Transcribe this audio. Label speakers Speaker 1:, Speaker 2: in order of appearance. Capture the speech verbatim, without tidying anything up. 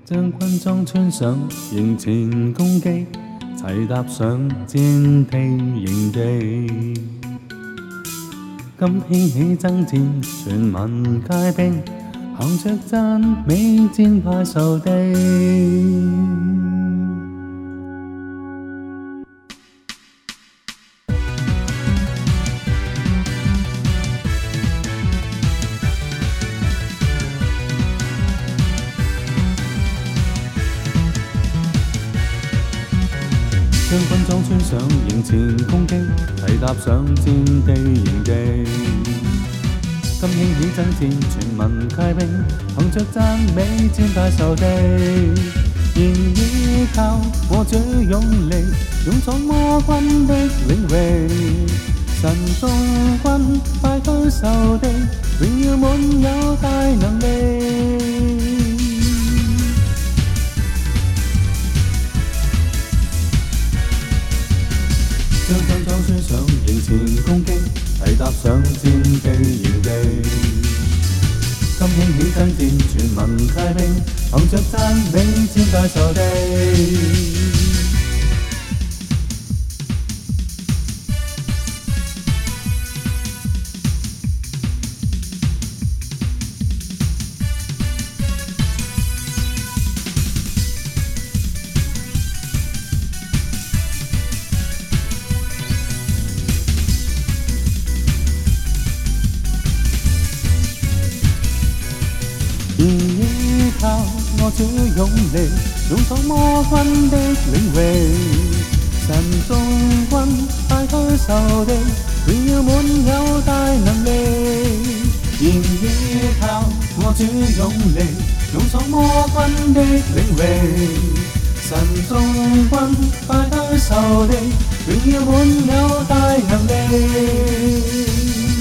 Speaker 1: 將軍裝穿上，迎前攻擊，齊踏上戰地營地。今興起爭戰，全民皆兵，行着讚美戰敗仇敵。將軍裝穿上，迎前攻擊，齊踏上戰地營地。今興起爭戰，全民皆兵，憑着讚美戰敗仇敵。然依靠我主勇力，勇闖魔軍的領域。神眾軍快驅仇敵，榮耀滿有大能力。將軍裝穿上，迎前攻擊，齊踏上戰地營地。今興起爭戰，全民皆兵，憑着讚美戰敗仇敵。然依靠我主勇力，勇闖魔軍的領域。神眾軍快驅仇敵，榮耀滿有大能力。然依靠我主勇力，勇闖魔軍的領域。神眾軍快驅仇敵，榮耀滿有大能力。